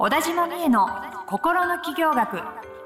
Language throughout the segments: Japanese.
小田島美恵の心の起業学。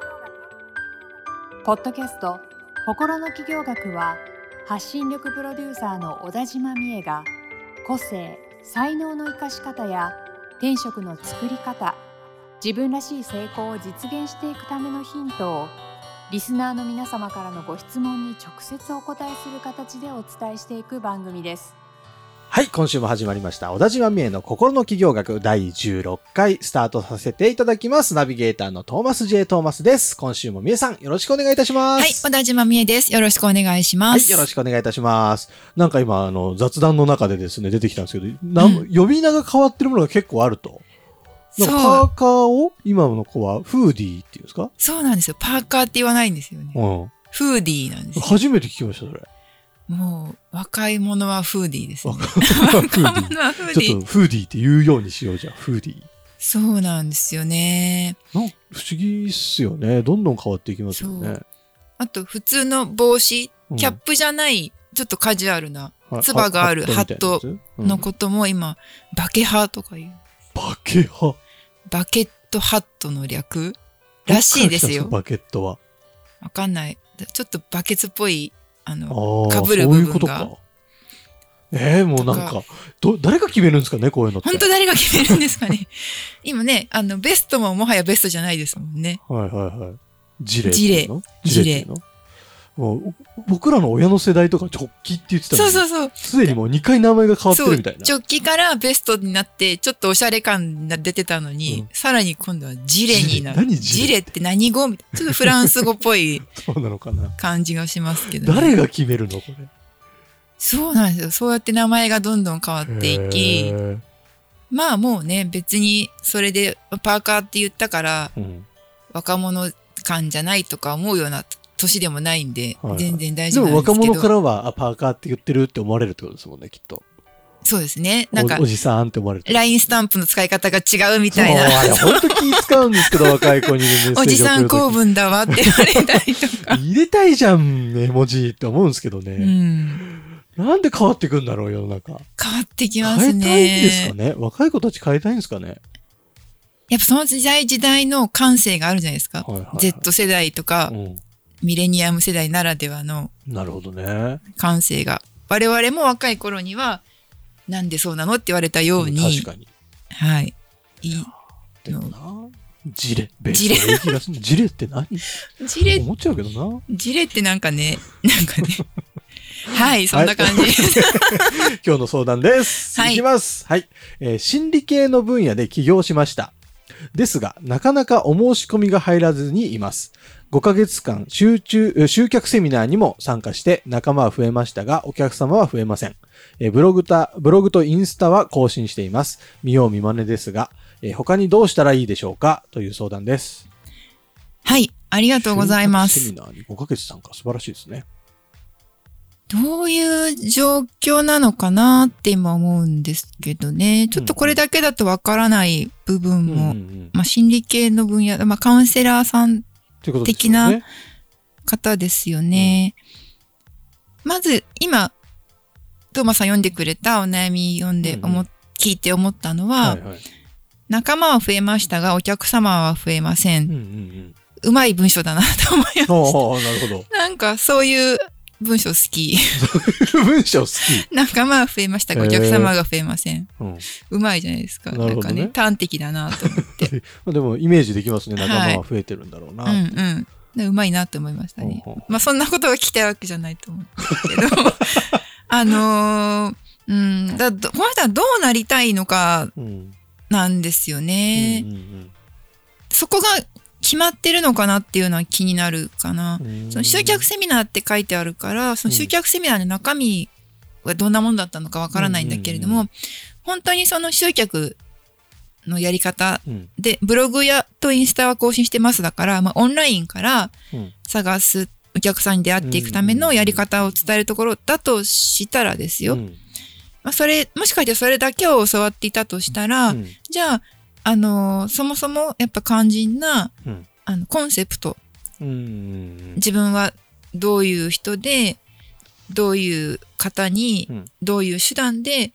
ポッドキャスト心の起業学は、発信力プロデューサーの小田島美恵が個性、才能の生かし方や転職の作り方、自分らしい成功を実現していくためのヒントをリスナーの皆様からのご質問に直接お答えする形でお伝えしていく番組です。 はい、今週も始まりました小田島美恵の心の起業学第16回スタートさせていただきます。ナビゲーターのトーマス J トーマスです。今週も美恵さんよろしくお願いいたします。 はい、小田島美恵です。よろしくお願いします。 はい、よろしくお願いいたします。なんか今雑談の中でですね出てきたんですけど、呼び名が変わってるものが結構あると。なんかパーカーを今の子はフーディーっていうんですか？ そうなんですよ。パーカーって言わないんですよね。フーディーなんですよ。 初めて聞きましたそれ。 もう若い者はフーディーですね。 若者はフーディー。ちょっとフーディーって言うようにしようじゃん。フーディー。 そうなんですよね。 不思議っすよね。どんどん変わっていきますよね。 あと普通の帽子、キャップじゃない、ちょっとカジュアルな、つばがあるハットのことも今、バケハとか言う。 バケハ？ バケットハットの略らしいですよ。 バケットは。 わかんない。ちょっとバケツっぽい、被る部分が。 そういうことか。もうなんか、誰が決めるんですかね、こういうのって。 本当誰が決めるんですかね。今ね、ベストももはやベストじゃないですもんね。 はいはいはい。ジレ。もう僕らの親の世代とかジョッキって言ってたのに、そう。すでにもう2回名前が変わってるみたいな。 ジョッキからベストになって、ちょっとおしゃれ感が出てたのに、さらに今度はジレになる。ジレって何語みたいな。ちょっとフランス語っぽいそうなのかな感じがしますけど、ね。 誰が決めるのこれ。 そうなんですよ。そうやって名前がどんどん変わっていき、まあもうね、別にそれでパーカーって言ったから、若者感じゃないとか思うような年でもないんで、全然大丈夫なんですけど。 でも若者からはパーカーって言ってるって思われるってことですもんね、きっと。 そうですね。なんか、 おじさんって思われる。 LINE スタンプの使い方が違うみたいな。 そう、本当気使うんですけど、若い子にメッセージ送るとき。 おじさん公文だわって言われたりとか。 入れたいじゃん、絵文字って思うんですけどね。なんで変わってくんだろう、世の中。 変わってきますね。 変えたいんですかね？若い子たち変えたいんですかね？ やっぱその時代の感性があるじゃないですか。Z 世代とか、ミレニアム世代ならではの感性が。我々も若い頃には、なんでそうなのって言われたように。 確かに。 はい。 でもな、ジレ。ジレって何？ジレ思っちゃうけどな。 ジレってなんかね。はい、そんな感じです。 今日の相談です。いきます。はい。心理系の分野で起業しました。ですが、なかなかお申し込みが入らずにいます。5ヶ月間集客セミナーにも参加して仲間は増えましたが、お客様は増えません。ブログとインスタは更新しています。見よう見まねですが、他にどうしたらいいでしょうかという相談です。 はい、ありがとうございます。 セミナーに5ヶ月参加、素晴らしいですね。 どういう状況なのかなって今思うんですけどね。ちょっとこれだけだとわからない部分も、まあ心理系の分野、まあカウンセラーさん的な方ですよね。まず今、トーマさん読んでくれたお悩み聞いて思ったのは、仲間は増えましたがお客様は増えません。うまい文章だなと思いました。 なるほど。 なんかそういう文章好き。 文章好き。 仲間は増えましたが、お客様が増えません。うまいじゃないですか。なんかね、端的だなと思って。 でも、イメージできますね。仲間は増えてるんだろうな。 うまいなと思いましたね。まあ、そんなことが聞きたいわけじゃないと思うんですけど。この人はどうなりたいのか、なんですよね。そこが決まってるのかなっていうのは気になるかな。その集客セミナーって書いてあるから、その集客セミナーの中身はどんなものだったのかわからないんだけれども、本当にその集客のやり方で、ブログとインスタは更新してますだから、まあ、オンラインから探すお客さんに出会っていくためのやり方を伝えるところだとしたらですよ。まあ、もしかしてそれだけを教わっていたとしたら、じゃあ、そもそもやっぱ肝心な、コンセプト。自分はどういう人で、どういう方に、どういう手段で、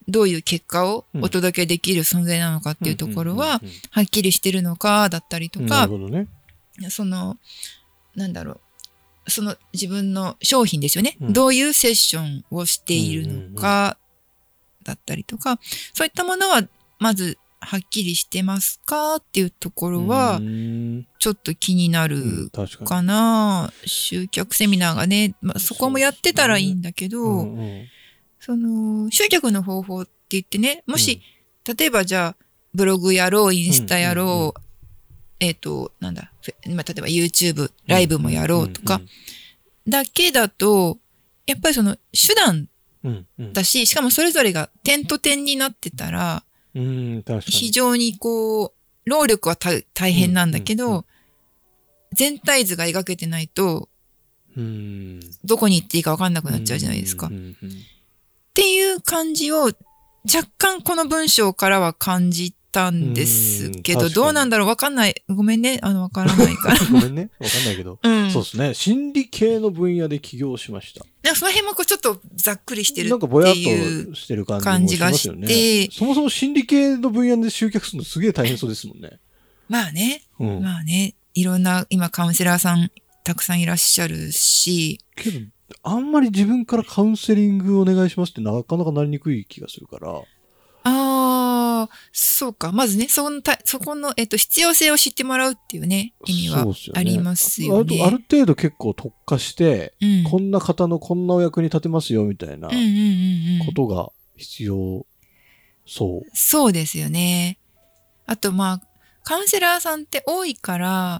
どういう結果をお届けできる存在なのかっていうところは、はっきりしてるのかだったりとか、 なるほどね。 なんだろう、その自分の商品ですよね。どういうセッションをしているのかだったりとか、そういったものはまずはっきりしてますかっていうところは、ちょっと気になるかな。集客セミナーがね、そこもやってたらいいんだけど、集客の方法って言ってね、もし、例えばじゃあ、ブログやろう、インスタやろう、例えば YouTube、ライブもやろうとか、だけだと、やっぱりその手段だし、しかもそれぞれが点と点になってたら、非常に労力は大変なんだけど、全体図が描けてないと、どこに行っていいか分かんなくなっちゃうじゃないですか。っていう感じを若干この文章からは感じたんですけど、どうなんだろう、分かんない。ごめんね、分からないから。 ごめんね、分かんないけど。そうですね。心理系の分野で起業しました。 なんかその辺もちょっとざっくりしてるっていうなんかぼやっとしてる感じがしますよね。そもそも心理系の分野で集客するのすげえ大変そうですもんね。 まあね。いろんな今カウンセラーさんたくさんいらっしゃるし。 けど、あんまり自分からカウンセリングお願いしますってなかなかなりにくい気がするから。 そうか。まずね、そこの、必要性を知ってもらうっていうね、意味はありますよね。 ある程度結構特化して、こんな方のこんなお役に立てますよ、みたいなことが必要そう。 そうですよね。あと、カウンセラーさんって多いから、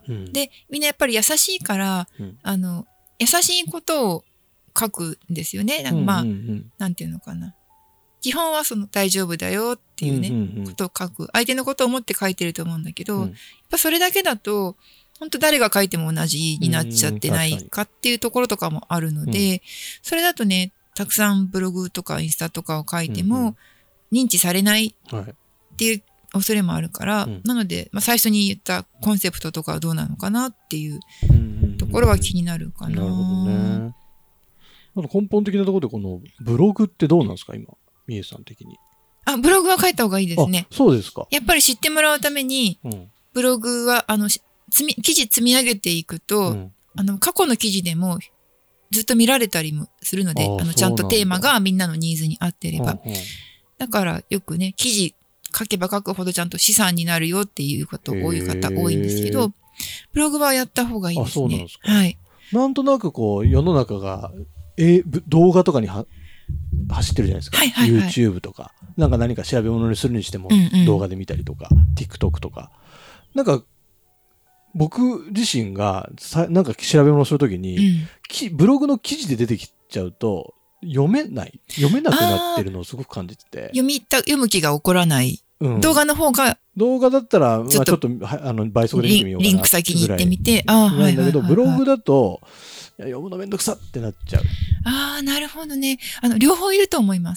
で、みんなやっぱり優しいから、優しいことを書くんですよね。なんていうのかな。基本は大丈夫だよっていうね、ことを書く。相手のことを思って書いてると思うんだけど、やっぱそれだけだと、本当誰が書いても同じになっちゃってないかっていうところとかもあるので、それだとね、たくさんブログとかインスタとかを書いても、認知されないっていう恐れもあるから、なので、最初に言ったコンセプトとかはどうなのかなっていうところは気になるかな。 なるほどね。根本的なところでこのブログってどうなんですか、今。みえさん的に。 ブログは書いた方がいいですね。 そうですか。 やっぱり知ってもらうために、ブログは、記事積み上げていくと、過去の記事でもずっと見られたりもするので、ちゃんとテーマがみんなのニーズに合ってれば。だからよくね、記事書けば書くほどちゃんと資産になるよっていうこと多い方多いんですけど、ブログはやった方がいいですね。 そうなんですか。はい。なんとなく世の中が、動画とかに走ってるじゃないですか。YouTube とか。何か調べ物にするにしても動画で見たりとか、TikTok とか。僕自身がなんか調べ物するときに、ブログの記事で出てきちゃうと、読めなくなってるのをすごく感じてて。 読む気が起こらない。動画の方が。 動画だったら、ちょっと倍速で見てみようかな。 リンク先に行ってみて。 なんだけど、ブログだと、読むのめんどくさってなっちゃう。 なるほどね。両方いると思います。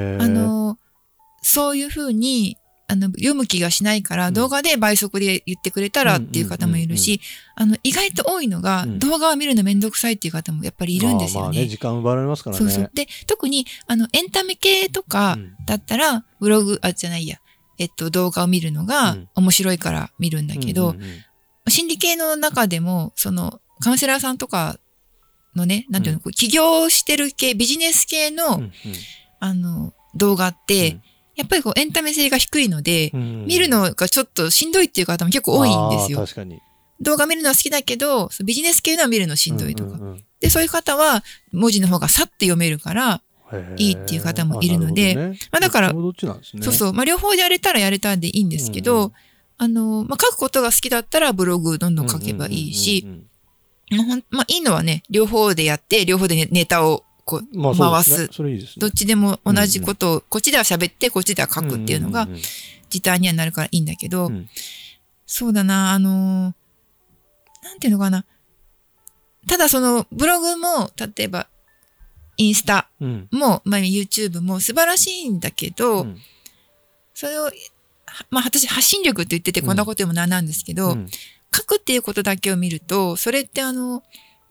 そういうふうに、読む気がしないから、動画で倍速で言ってくれたらっていう方もいるし、意外と多いのが、動画を見るのめんどくさいっていう方もやっぱりいるんですよね。 時間奪われますからね。 そう。で、特に、エンタメ系とかだったら、ブログ、動画を見るのが面白いから見るんだけど、心理系の中でも、カウンセラーさんとかのね、なんていうの、起業してる系、ビジネス系の、動画って、やっぱりエンタメ性が低いので、見るのがちょっとしんどいっていう方も結構多いんですよ。 確かに。 動画見るのは好きだけど、ビジネス系のは見るのしんどいとか。で、そういう方は文字の方がさって読めるから、いいっていう方もいるので、だから、両方やれたらやれたでいいんですけど、書くことが好きだったらブログどんどん書けばいいし、いいのはね、両方でやって、両方でネタを回す。どっちでも同じことを、こっちでは喋って、こっちでは書くっていうのが、時短にはなるからいいんだけど、そうだな、なんていうのかな。ただブログも、例えば、インスタも、YouTube も素晴らしいんだけど、それを、私、発信力って言っててこんなことでもなんなんですけど、書くっていうことだけを見ると、それって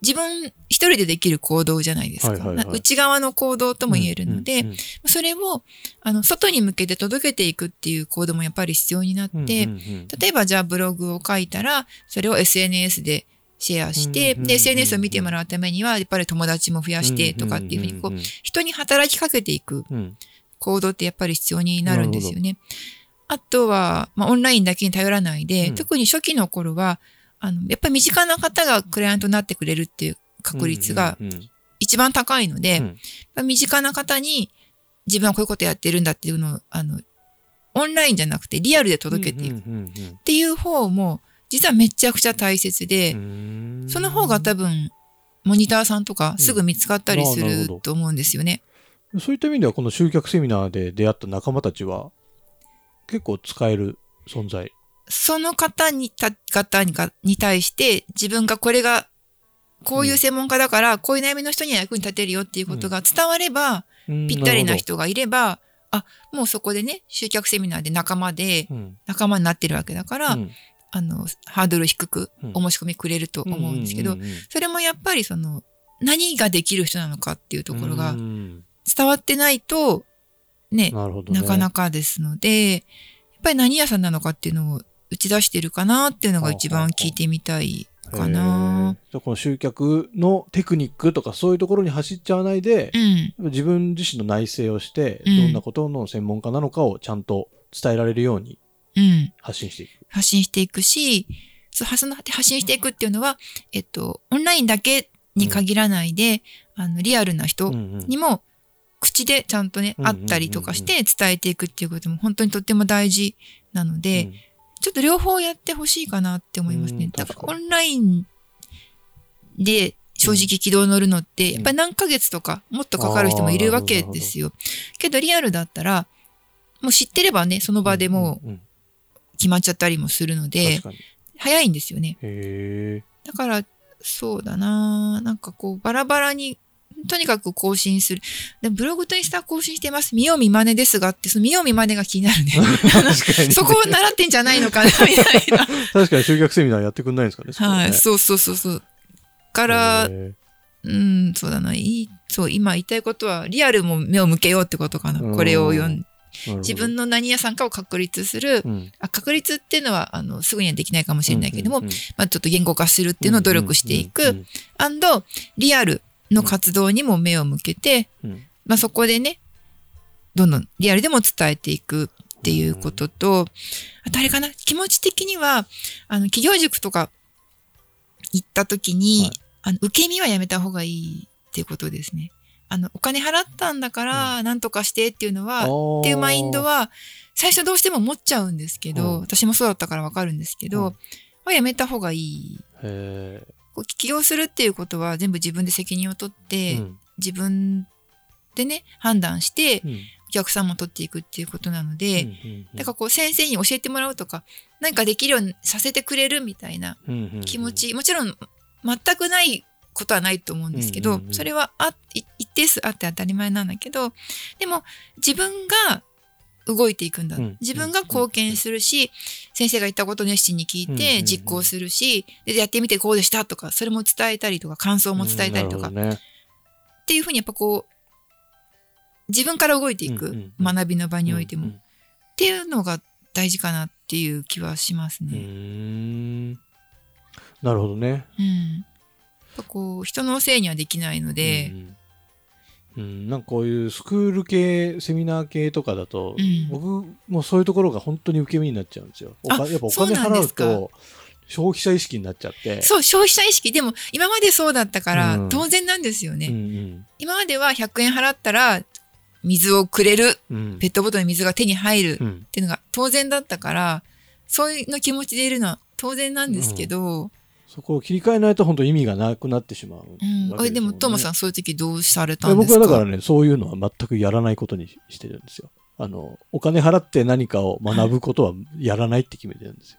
自分一人でできる行動じゃないですか。内側の行動とも言えるので、それを、外に向けて届けていくっていう行動もやっぱり必要になって、例えばじゃあブログを書いたら、それを SNS でシェアして、で、SNS を見てもらうためには、やっぱり友達も増やしてとかっていうふうに、こう、人に働きかけていく行動ってやっぱり必要になるんですよね。あとは、オンラインだけに頼らないで、特に初期の頃は、やっぱり身近な方がクライアントになってくれるっていう確率が一番高いので、身近な方に自分はこういうことやってるんだっていうのを、オンラインじゃなくてリアルで届けていくっていう方も、実はめちゃくちゃ大切で、その方が多分、モニターさんとかすぐ見つかったりすると思うんですよね。 そういった意味では、この集客セミナーで出会った仲間たちは、結構使える存在。 その方に対して、自分がこれが、こういう専門家だから、こういう悩みの人には役に立てるよっていうことが伝われば、ぴったりな人がいれば、もうそこでね、集客セミナーで仲間になってるわけだから、ハードル低くお申し込みくれると思うんですけど、それもやっぱり何ができる人なのかっていうところが伝わってないと、ね、なかなかですので、やっぱり何屋さんなのかっていうのを打ち出してるかなっていうのが一番聞いてみたいかな。 じゃあこの集客のテクニックとかそういうところに走っちゃわないで、自分自身の内省をして、どんなことの専門家なのかをちゃんと伝えられるように発信していく。 発信していくし、発信していくっていうのは、オンラインだけに限らないで、リアルな人にも、口でちゃんとね、会ったりとかして伝えていくっていうことも本当にとっても大事なので、ちょっと両方やってほしいかなって思いますね。だからオンラインで正直軌道乗るのって、やっぱり何ヶ月とかもっとかかる人もいるわけですよ。けどリアルだったら、もう知ってればね、その場でもう決まっちゃったりもするので、早いんですよね。だから、そうだな、なんかこう、バラバラに、とにかく更新する。でブログとインスタ更新してます。見よう見真似ですがって、その見よう見真似が気になるね。そこを習ってんじゃないのかな、みたいな。 確かに集客セミナーやってくんないんですかね。 はい、そう。から、そうだな。そう、今言いたいことは、リアルも目を向けようってことかな。これを読んで。自分の何屋さんかを確立する。確立っていうのは、すぐにはできないかもしれないけども、ちょっと言語化するっていうのを努力していく。リアルの活動にも目を向けて、そこでね、どんどんリアルでも伝えていくっていうことと、あとあれかな、気持ち的には、企業塾とか行った時に、受け身はやめた方がいいっていうことですね。お金払ったんだから、なんとかしてっていうのは、っていうマインドは、最初どうしても持っちゃうんですけど、私もそうだったからわかるんですけど、やめた方がいい。起業するっていうことは全部自分で責任を取って、自分でね、判断して、お客さんも取っていくっていうことなので、だからこう先生に教えてもらうとか、何かできるようにさせてくれるみたいな気持ち、もちろん全くないことはないと思うんですけど、それは一定数あって当たり前なんだけど、でも自分が動いていくんだ。自分が貢献するし、先生が言ったことを熱心に聞いて実行するし、でやってみてこうでしたとか、それも伝えたりとか、感想も伝えたりとか、っていうふうにやっぱこう、自分から動いていく、学びの場においても、っていうのが大事かなっていう気はしますね。 なるほどね。 こう人のせいにはできないので、 なんかこういうスクール系セミナー系とかだと、僕もそういうところが本当に受け身になっちゃうんですよ。やっぱお金払うと消費者意識になっちゃって。 そう、消費者意識。でも今までそうだったから当然なんですよね。今までは100円払ったら水をくれる、ペットボトルに水が手に入るっていうのが当然だったから、そういうの気持ちでいるのは当然なんですけど、 そこを切り替えないと本当意味がなくなってしまう。 でもトモさんそういう時どうされたんですか？ 僕はだからね、そういうのは全くやらないことにしてるんですよ。お金払って何かを学ぶことはやらないって決めてるんですよ。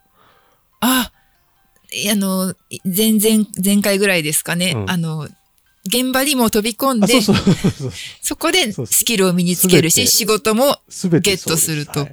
前回ぐらいですかね。現場にも飛び込んで、そこでスキルを身につけるし、仕事もゲットすると。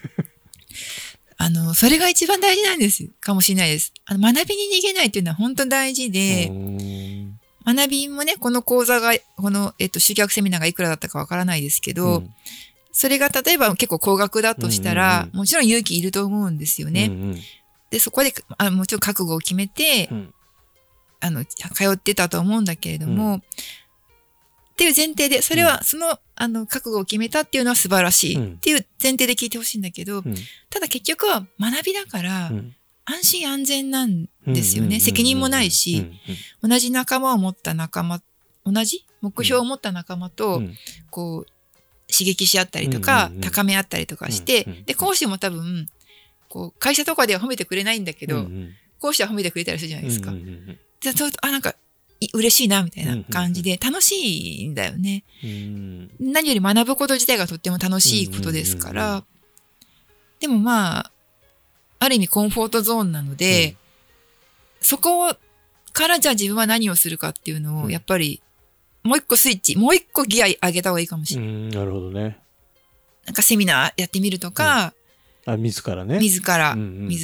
それが一番大事なんですかもしれないです。学びに逃げないっていうのは本当大事で、 学びもね、この講座が、この、集客セミナーがいくらだったかわからないですけど、それが例えば結構高額だとしたら、もちろん勇気いると思うんですよね。で、そこで、もちろん覚悟を決めて、通ってたと思うんだけれども、っていう前提で、それは、覚悟を決めたっていうのは素晴らしいっていう前提で聞いてほしいんだけど、ただ結局は学びだから、安心安全なんですよね。責任もないし、同じ仲間を持った仲間、同じ目標を持った仲間と、こう、刺激し合ったりとか、高め合ったりとかして、で、講師も多分、こう、会社とかでは褒めてくれないんだけど、講師は褒めてくれたりするじゃないですか。じゃあ、そうすると、なんか、嬉しいな、みたいな感じで、楽しいんだよね。何より学ぶこと自体がとっても楽しいことですから、でもまあ、ある意味コンフォートゾーンなので、そこからじゃあ自分は何をするかっていうのを、やっぱり、もう一個スイッチ、もう一個ギア上げた方がいいかもしれない。 なるほどね。 なんかセミナーやってみるとか、 自らね。 自ら。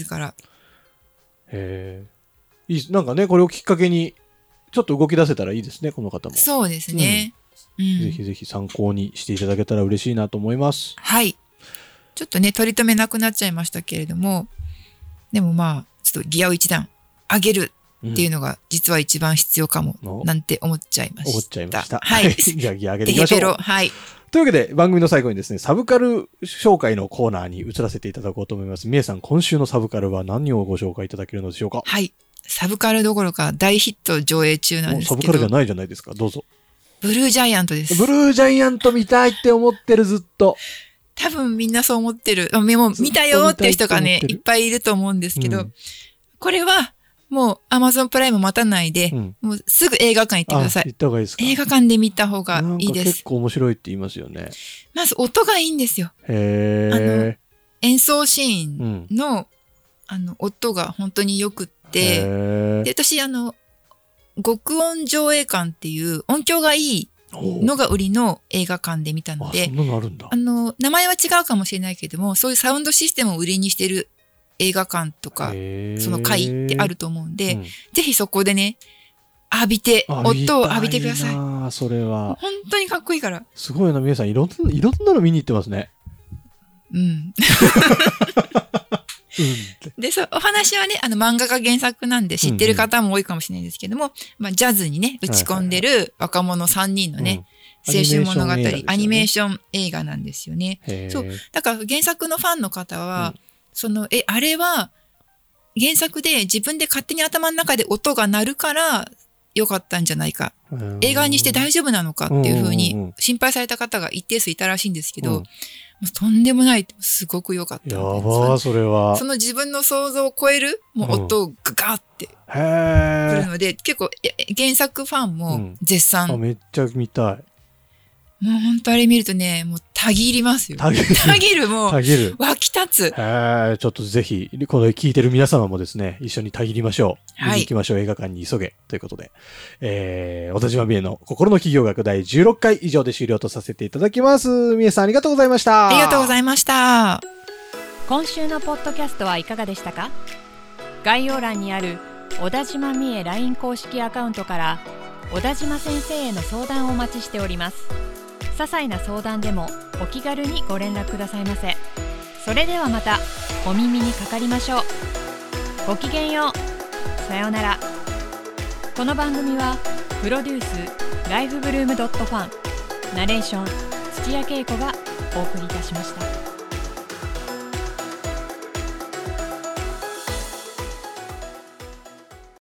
なんかね、これをきっかけに、ちょっと動き出せたらいいですね、この方も。 そうですね。 ぜひぜひ参考にしていただけたら嬉しいなと思います。 はい。ちょっとね、取り留めなくなっちゃいましたけれども、でもまあ、ちょっとギアを一段上げるっていうのが実は一番必要かも、なんて思っちゃいました。 はい。じゃあギア上げていきましょう。 はい。 というわけで、番組の最後にですね、サブカル紹介のコーナーに移らせていただこうと思います。みえさん、今週のサブカルは何をご紹介いただけるのでしょうか？ はい。サブカルどころか大ヒット上映中なんですけど。 サブカルじゃないじゃないですか。どうぞ。 ブルージャイアントです。 ブルージャイアント見たいって思ってる、ずっと。 多分みんなそう思ってる。もう見たよっていう人がね、いっぱいいると思うんですけど、これはもう Amazon プライム待たないで、もうすぐ映画館行ってください。 行った方がいいですか？ 映画館で見た方がいいです。 結構面白いって言いますよね。 まず音がいいんですよ。演奏シーンの、音が本当に良くって、で、私極音上映館っていう音響がいいのが売りの映画館で見たので、 そんなのあるんだ。 名前は違うかもしれないけども、そういうサウンドシステムを売りにしてる映画館とか、その会ってあると思うんで、ぜひそこでね、音を浴びてください。 それは。 本当にかっこいいから。 すごいな、皆さんいろんなの見に行ってますね。 で、お話はね、漫画が原作なんで知ってる方も多いかもしれないですけども、ジャズにね、打ち込んでる若者3人のね、青春物語、アニメーション映画なんですよね。そう。だから原作のファンの方は、あれは原作で自分で勝手に頭の中で音が鳴るから良かったんじゃないか。映画にして大丈夫なのかっていうふうに心配された方が一定数いたらしいんですけど、とんでもない。すごく良かった。 やばー、それは。 その自分の想像を超える、もう音をガガーってくるので、結構原作ファンも絶賛。 めっちゃ見たい。 もう本当あれ見るとね、もうたぎりますよ。たぎる、もう。湧き立つ。 ちょっとぜひ、これ聞いてる皆様もですね、一緒にたぎりましょう。見に行きましょう。映画館に急げ。ということで。小田島美恵の心の企業学第16回以上で終了とさせていただきます。美恵さんありがとうございました。 ありがとうございました。 今週のポッドキャストはいかがでしたか？概要欄にある小田島美恵 LINE 公式アカウントから小田島先生への相談をお待ちしております。些細な相談でもお気軽にご連絡くださいませ。それではまたお耳にかかりましょう。ごきげんよう。さようなら。この番組はプロデュースライフブルームドットファン、ナレーション土屋恵子がお送りいたしました。